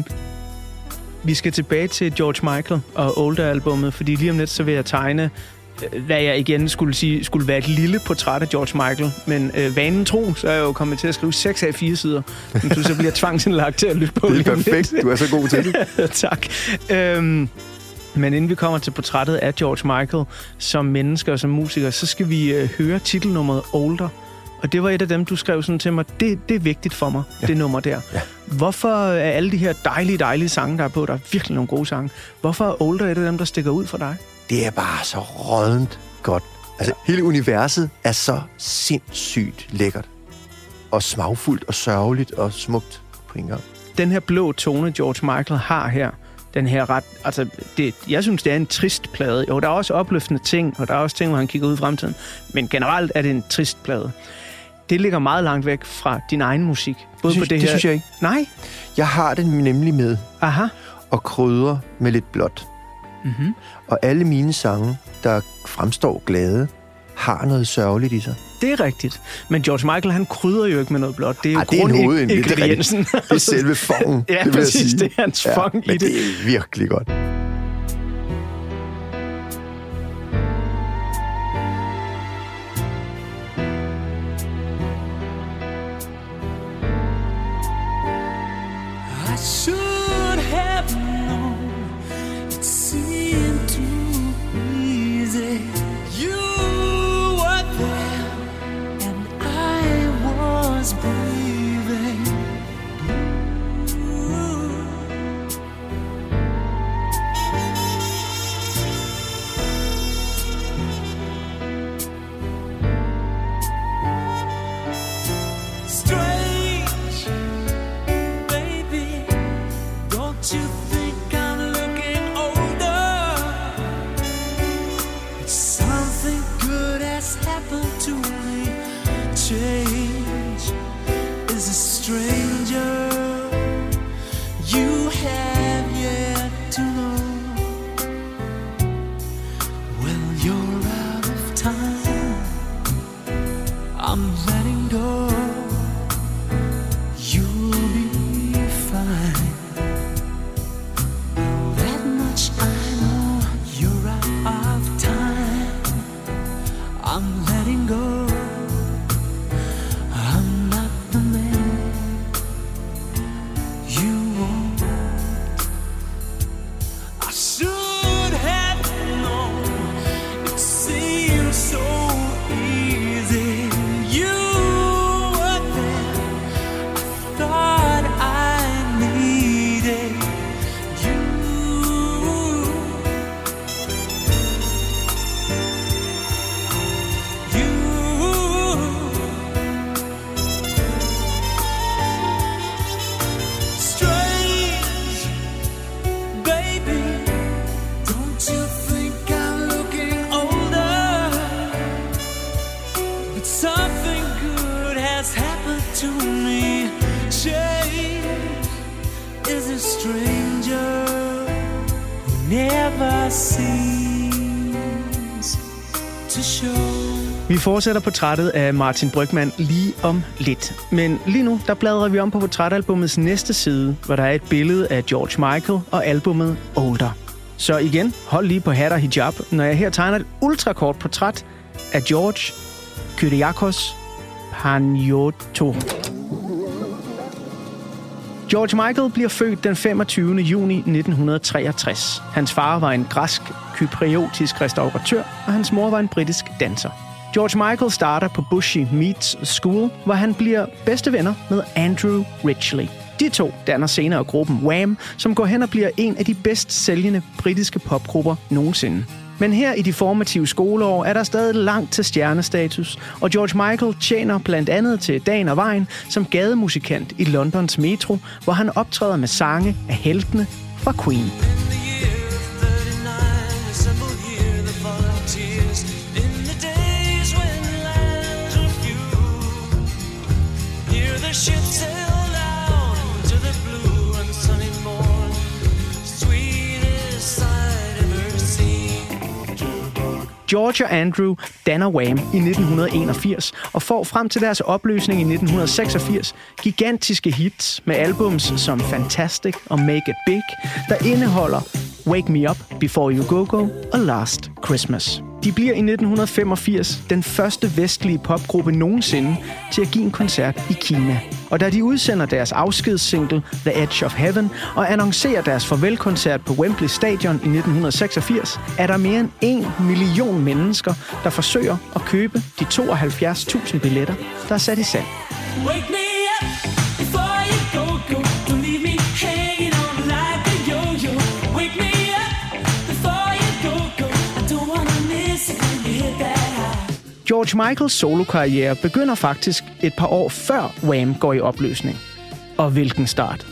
Vi skal tilbage til George Michael og Older-albummet, fordi lige om lidt så vil jeg tegne, hvad jeg igen skulle sige, skulle være et lille portræt af George Michael. Men øh, vanen tro, så er jeg jo kommet til at skrive seks af fire sider, som du så bliver tvangsindlagt til at lytte på. Det er perfekt, du er så god til det. Tak. Øhm, men inden vi kommer til portrættet af George Michael som menneske og som musiker, så skal vi øh, høre titelnummeret Older. Og det var et af dem, du skrev sådan til mig, det, det er vigtigt for mig, ja. Det nummer der. Ja. Hvorfor er alle de her dejlige, dejlige sange, der er på, der er virkelig nogle gode sange, hvorfor er Older et af dem, der stikker ud for dig? Det er bare så rådent godt. Altså, ja. Hele universet er så sindssygt lækkert. Og smagfuldt og sørgeligt og smukt på en gang. Den her blå tone, George Michael har her, den her ret, altså, det, jeg synes, det er en trist plade. Jo, der er også opløftende ting, og der er også ting, hvor han kigger ud i fremtiden. Men generelt er det en trist plade. Det ligger meget langt væk fra din egen musik. Både det synes, på det, det her... synes jeg ikke. Nej? Jeg har det nemlig med. Aha. Og krydder med lidt blåt. Mm-hmm. Og alle mine sange, der fremstår glade, har noget sørgeligt i sig. Det er rigtigt. Men George Michael, han krydder jo ikke med noget blåt. Det er jo Ej, grundingrediensen. Det, det er selve fongen. Ja, det præcis. Det er hans ja, fong i men det. det er virkelig godt. That much has happened to me. She is a stranger who never seems to show. Vi fortsætter portrættet af Martin Brygmann lige om lidt. Men lige nu, der bladrer vi om på portrætalbummets næste side, hvor der er et billede af George Michael og albummet Older. Så igen, hold lige på hat og hijab, når jeg her tegner et ultrakort portræt af George Kyriakos Panayiotou. George Michael bliver født den femogtyvende juni nitten treogtres. Hans far var en græsk-kypriotisk restauratør, og hans mor var en britisk danser. George Michael starter på Bushey Meads School, hvor han bliver bedste venner med Andrew Ridgeley. De to danner senere gruppen Wham, som går hen og bliver en af de bedst sælgende britiske popgrupper nogensinde. Men her i de formative skoleår er der stadig langt til stjernestatus, og George Michael tjener blandt andet til dagen og vejen som gademusikant i Londons metro, hvor han optræder med sange af heltene fra Queen. George og Andrew danner Wham i nitten enogfirs og får frem til deres opløsning i nitten seksogfirs gigantiske hits med albums som Fantastic og Make It Big, der indeholder Wake Me Up Before You Go Go og Last Christmas. De bliver i nitten femogfirs den første vestlige popgruppe nogensinde til at give en koncert i Kina. Og da de udsender deres afskedssingle The Edge of Heaven og annoncerer deres farvelkoncert på Wembley Stadion i nitten seksogfirs, er der mere end en million mennesker, der forsøger at købe de tooghalvfjerds tusind billetter, der er sat i salg. Wake me up before you go, go. Don't leave me hanging on like a yo-yo. Wake me up before you go, go. I don't wanna miss it when you hit that high. George Michaels solokarriere begynder faktisk et par år før Wham går i opløsning. Og hvilken start?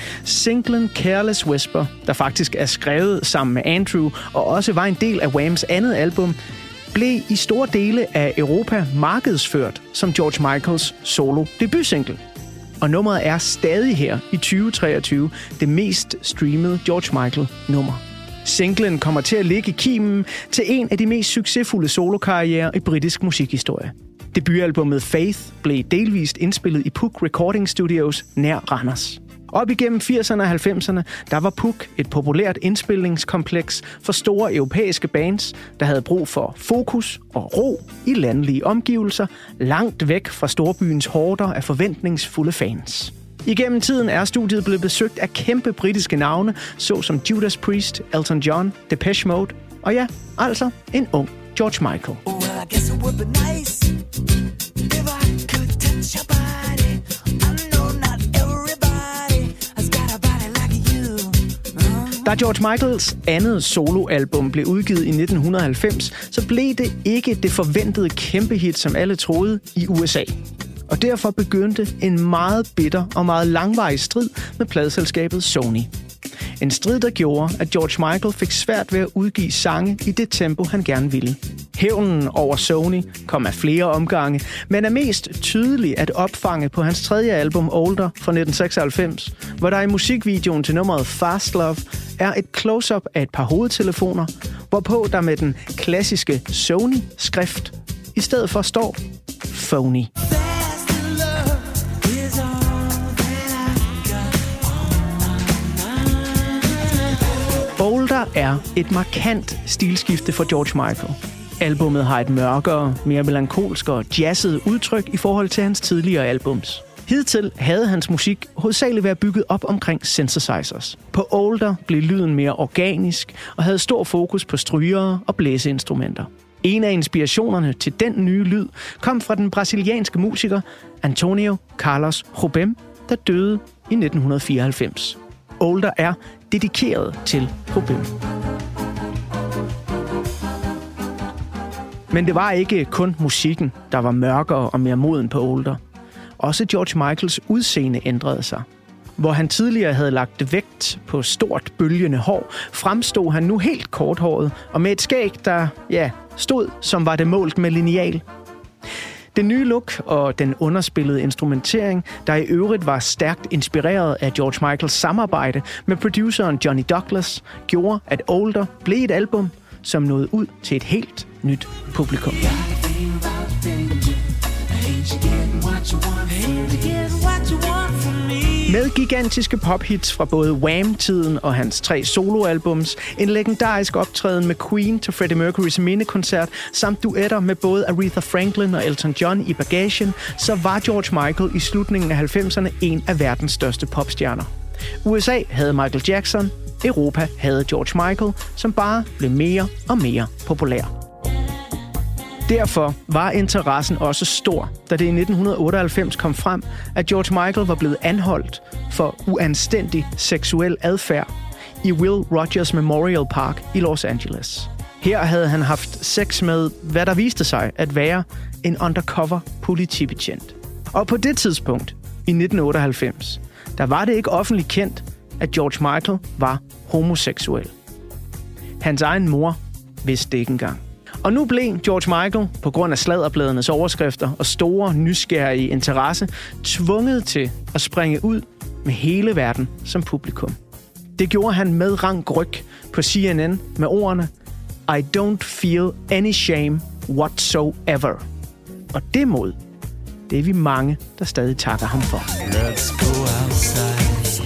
Singlen Careless Whisper, der faktisk er skrevet sammen med Andrew og også var en del af Whams andet album, blev i store dele af Europa markedsført som George Michaels solo debutsingle. Og nummeret er stadig her i tyve treogtyve det mest streamede George Michael nummer. Singlen kommer til at ligge i kimen til en af de mest succesfulde solokarrierer i britisk musikhistorie. Debutalbummet Faith blev delvist indspillet i Puk Recording Studios nær Randers. Op igennem firserne og halvfemserne, der var Puk et populært indspilningskompleks for store europæiske bands, der havde brug for fokus og ro i landlige omgivelser, langt væk fra storbyens horder af forventningsfulde fans. Igennem tiden er studiet blevet besøgt af kæmpe britiske navne, såsom Judas Priest, Elton John, Depeche Mode, og ja, altså en ung George Michael. Da George Michaels andet soloalbum blev udgivet i nitten halvfems, så blev det ikke det forventede kæmpehit, som alle troede, i U S A. Og derfor begyndte en meget bitter og meget langvarig strid med pladeselskabet Sony. En strid, der gjorde, at George Michael fik svært ved at udgive sange i det tempo, han gerne ville. Hævnen over Sony kom af flere omgange, men er mest tydelig at opfange på hans tredje album Older fra nitten seksoghalvfems, hvor der i musikvideoen til nummeret Fast Love er et close-up af et par hovedtelefoner, hvorpå der med den klassiske Sony-skrift i stedet for står Phony. Older er et markant stilskifte for George Michael. Albummet har et mørkere, mere melankolsk og jazzet udtryk i forhold til hans tidligere albums. Hidtil havde hans musik hovedsageligt været bygget op omkring synthesizers. På Older blev lyden mere organisk og havde stor fokus på strygere og blæseinstrumenter. En af inspirationerne til den nye lyd kom fra den brasilianske musiker Antonio Carlos Jobim, der døde i nitten fireoghalvfems. Older er dedikeret til Jobim. Men det var ikke kun musikken, der var mørkere og mere moden på Older. Også George Michaels udseende ændrede sig. Hvor han tidligere havde lagt vægt på stort bølgende hår, fremstod han nu helt korthåret og med et skæg, der ja, stod som var det målt med lineal. Det nye look og den underspillede instrumentering, der i øvrigt var stærkt inspireret af George Michaels samarbejde med produceren Johnny Douglas, gjorde, at Older blev et album, som nåede ud til et helt nyt publikum. Med gigantiske pophits fra både Wham-tiden og hans tre soloalbums, en legendarisk optræden med Queen til Freddie Mercurys mindekoncert, samt duetter med både Aretha Franklin og Elton John i bagagen, så var George Michael i slutningen af halvfemserne en af verdens største popstjerner. U S A havde Michael Jackson, Europa havde George Michael, som bare blev mere og mere populær. Derfor var interessen også stor, da det i nitten otteoghalvfems kom frem, at George Michael var blevet anholdt for uanstændig seksuel adfærd i Will Rogers Memorial Park i Los Angeles. Her havde han haft sex med, hvad der viste sig at være en undercover politibetjent. Og på det tidspunkt, i nitten otteoghalvfems, der var det ikke offentligt kendt, at George Michael var homoseksuel. Hans egen mor vidste det ikke engang. Og nu blev George Michael, på grund af sladderbladenes overskrifter og store, nysgerrige interesse, tvunget til at springe ud med hele verden som publikum. Det gjorde han med rank ryg på C N N med ordene I don't feel any shame whatsoever. Og det mod, det er vi mange, der stadig takker ham for. Let's go outside.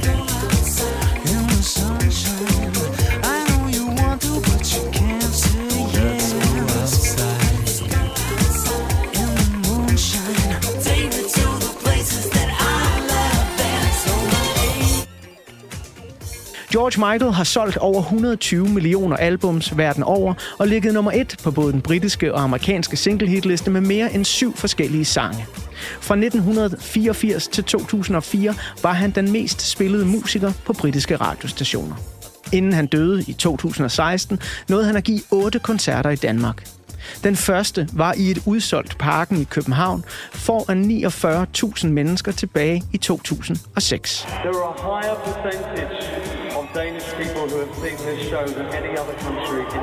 George Michael har solgt over et hundrede og tyve millioner albums verden over og ligget nummer et på både den britiske og amerikanske singlehitliste med mere end syv forskellige sange. Fra nitten fireogfirs til to tusind og fire var han den mest spillede musiker på britiske radiostationer. Inden han døde i to tusind og seksten, nåede han at give otte koncerter i Danmark. Den første var i et udsolgt Parken i København foran niogfyrre tusind mennesker tilbage i to tusind og seks. There are a higher percentage of Danish people who have seen this show than any other country in the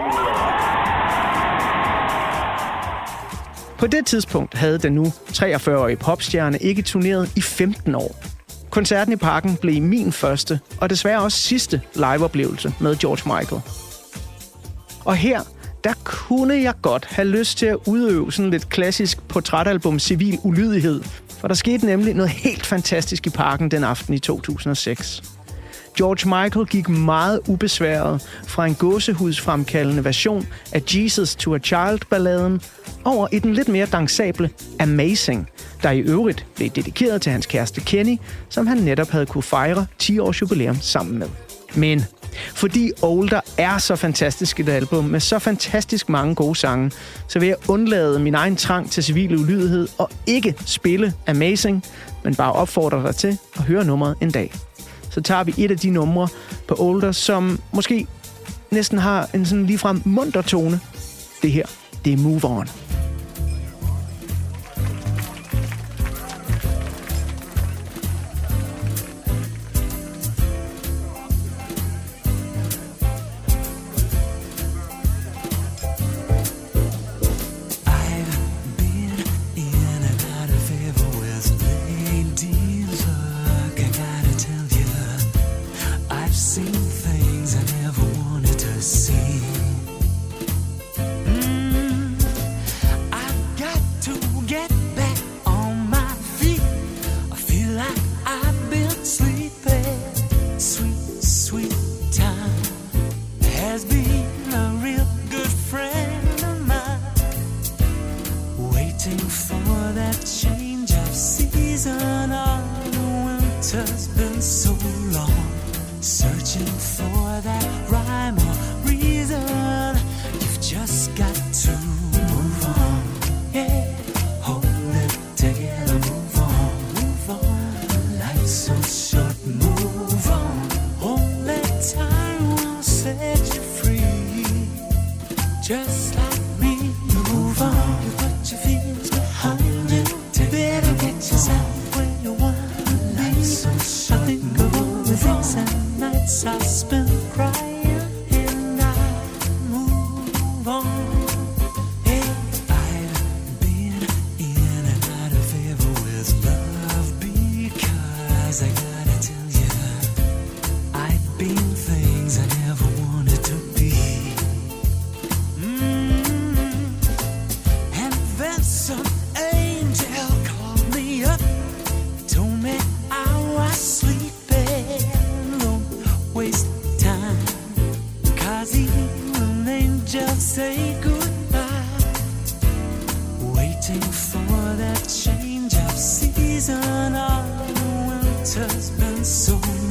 world. På det tidspunkt havde den nu treogfyrre-årige popstjerne ikke turneret i femten år. Koncerten i Parken blev min første og desværre også sidste liveoplevelse med George Michael. Og her der kunne jeg godt have lyst til at udøve sådan lidt klassisk portrætalbum civil ulydighed, for der skete nemlig noget helt fantastisk i Parken den aften i to tusind og seks. George Michael gik meget ubesværet fra en gåsehudsfremkaldende version af Jesus to a Child-balladen over i den lidt mere dansable Amazing, der i øvrigt blev dedikeret til hans kæreste Kenny, som han netop havde kunne fejre ti års jubilæum sammen med. Men fordi Older er så fantastisk et album med så fantastisk mange gode sange, så vil jeg undlade min egen trang til civil ulydighed og ikke spille Amazing, men bare opfordre dig til at høre nummeret en dag. Så tager vi et af de numre på Older, som måske næsten har en sådan ligefrem munter tone. Det her, det er Move On.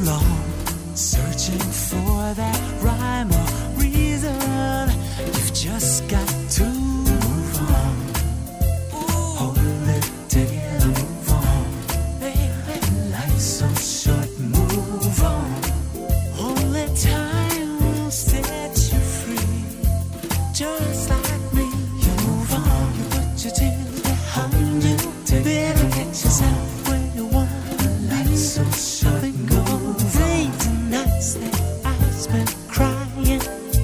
long, searching for that rhyme or reason. You've just got to move on. Hold it till move on. Baby, life's so short, move on. Only time will set you free. Just like me, you move on. You put your till behind you. Better get yourself where you want to be. So short, move days and nights that I spent crying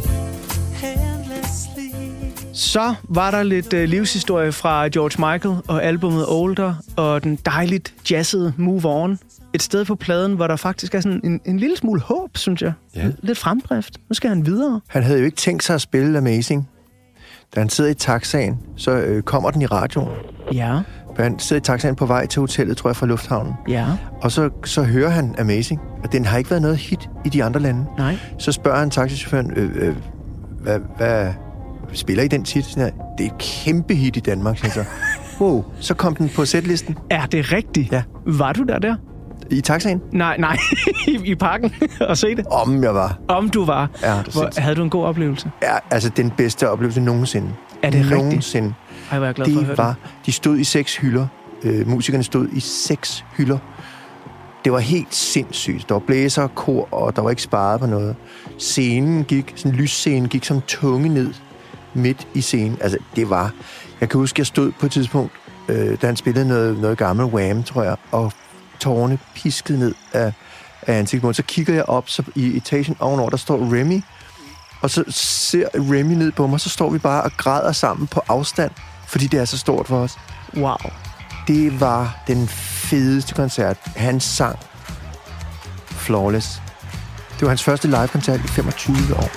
endlessly. Så var der lidt øh, livshistorie fra George Michael og albumet Older og den dejligt jazzede Move On. Et sted på pladen, hvor der faktisk er sådan en, en lille smule håb, synes jeg. Ja. Lidt fremdrift. Nu skal han videre. Han havde jo ikke tænkt sig at spille Amazing. Da han sidder i taxaen, så øh, kommer den i radioen. Ja. Han sidder i taxaen på vej til hotellet, tror jeg, fra lufthavnen. Ja. Og så, så hører han Amazing, og den har ikke været noget hit i de andre lande. Nej. Så spørger han taxichaufføren, øh, øh, hvad, hvad spiller I den tit? Det er et kæmpe hit i Danmark, siger så. Wow, så kom den på sætlisten. Er det rigtigt? Ja. Var du der der? I taxaen? Nej, nej. I, I parken og se det? Om jeg var. Om du var. Ja, det Hvor, havde du en god oplevelse? Ja, altså den bedste oplevelse nogensinde. Er det rigtigt? Nogensinde. Ej, hvor er jeg glad for at høre var, det. De stod i seks hylder. Øh, musikerne stod i seks hylder. Det var helt sindssygt. Der var blæser, kor, og der var ikke sparet på noget. Scenen gik, sådan en lysscene gik som tunge ned midt i scenen. Altså, det var... Jeg kan huske, jeg stod på et tidspunkt, øh, da han spillede noget, noget gammel Wham, tror jeg, og tårerne piskede ned af, af ansigtet. Så kigger jeg op så i etagen ovenover, der står Remy, og så ser Remy ned på mig, så står vi bare og græder sammen på afstand, fordi det er så stort for os. Wow. Det var den fedeste koncert. Han sang flawless. Det var hans første live-koncert i femogtyve år.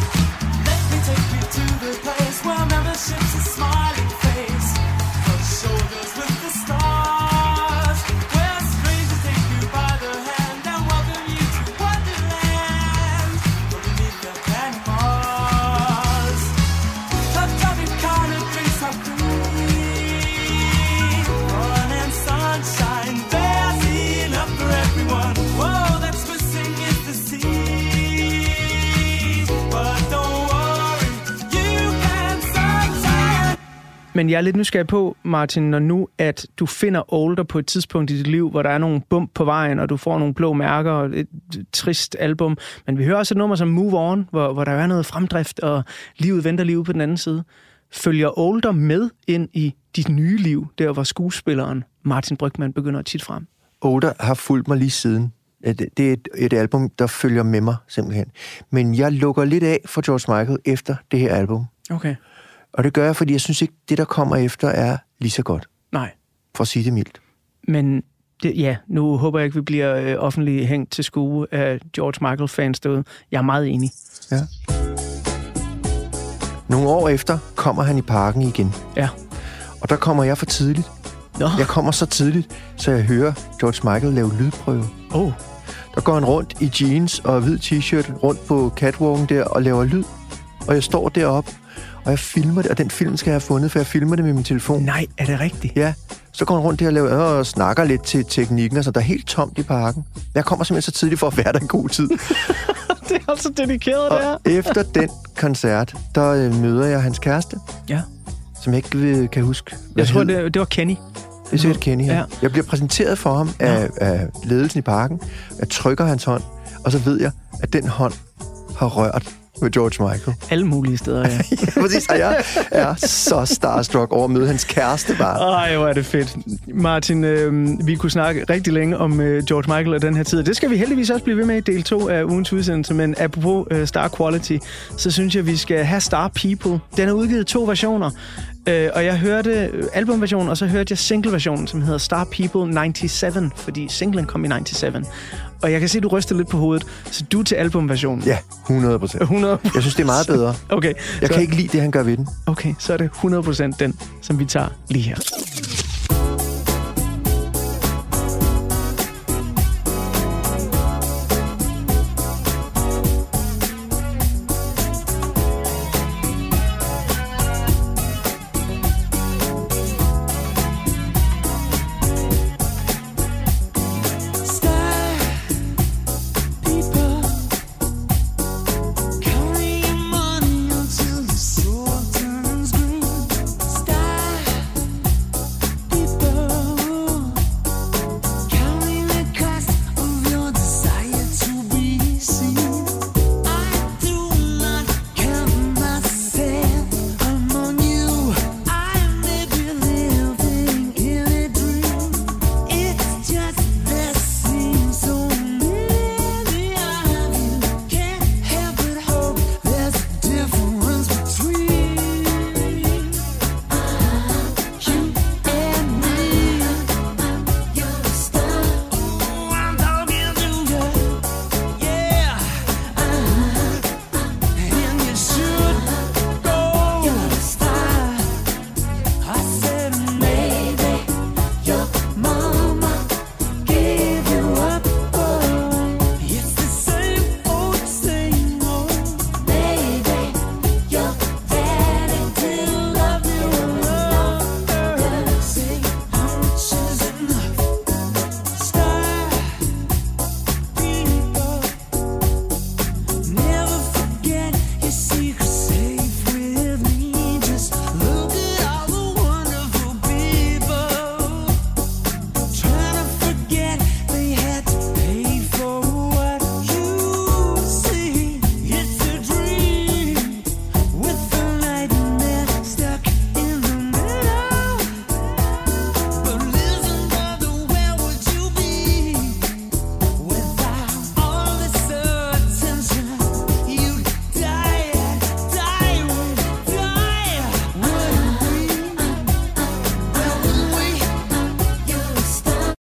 Men jeg er lidt nysgerrig på, Martin, når nu, at du finder Older på et tidspunkt i dit liv, hvor der er nogle bump på vejen, og du får nogle blå mærker og et trist album. Men vi hører også et nummer som Move On, hvor, hvor der er noget fremdrift, og livet venter livet på den anden side. Følger Older med ind i dit nye liv, der hvor skuespilleren Martin Brygmann begynder at tit frem? Older har fulgt mig lige siden. Det er et, et album, der følger med mig, simpelthen. Men jeg lukker lidt af for George Michael efter det her album. Okay. Og det gør jeg, fordi jeg synes ikke, det der kommer efter er lige så godt. Nej. For at sige det mildt. Men det, ja, nu håber jeg ikke, vi bliver øh, offentligt hængt til skue af George Michael-fans derude. Jeg er meget enig. Ja. Nogle år efter kommer han i parken igen. Ja. Og der kommer jeg for tidligt. Nå. Jeg kommer så tidligt, så jeg hører George Michael lave lydprøve. Oh. Der går han rundt i jeans og hvid t-shirt rundt på catwalken der og laver lyd. Og jeg står deroppe, og jeg filmer det, og den film skal jeg have fundet, for jeg filmer det med min telefon. Nej, er det rigtigt? Ja. Så går han rundt der og, laver, og snakker lidt til teknikken, og så der er helt tomt i parken. Jeg kommer simpelthen så tidligt for at være der en god tid. Det er altså dedikeret, det her. Og efter den koncert, der øh, møder jeg hans kæreste. Ja. Som jeg ikke øh, kan huske. Jeg tror, det, det var Kenny. Det er sikkert Kenny, ja. Ja. Jeg bliver præsenteret for ham af, af ledelsen i parken. Jeg trykker hans hånd, og så ved jeg, at den hånd har rørt med George Michael. Alle mulige steder, ja. Ja, præcis. Og jeg er så starstruck over at møde hans kæreste bare. Ej, hvor er det fedt. Martin, øh, vi kunne snakke rigtig længe om øh, George Michael og den her tid. Det skal vi heldigvis også blive ved med i del to af ugens udsendelse. Men apropos øh, Star Quality, så synes jeg, vi skal have Star People. Den er udgivet to versioner. Øh, og jeg hørte albumversionen, og så hørte jeg singleversionen, som hedder Star People nioghalvfems, fordi singlen kom i nioghalvfems. Og jeg kan se, at du ryster lidt på hovedet, så du er til albumversionen. Ja, hundrede procent. hundrede procent. Jeg synes, det er meget bedre. Okay. Jeg så... kan ikke lide det, han gør ved den. Okay, så er det hundrede procent den, som vi tager lige her.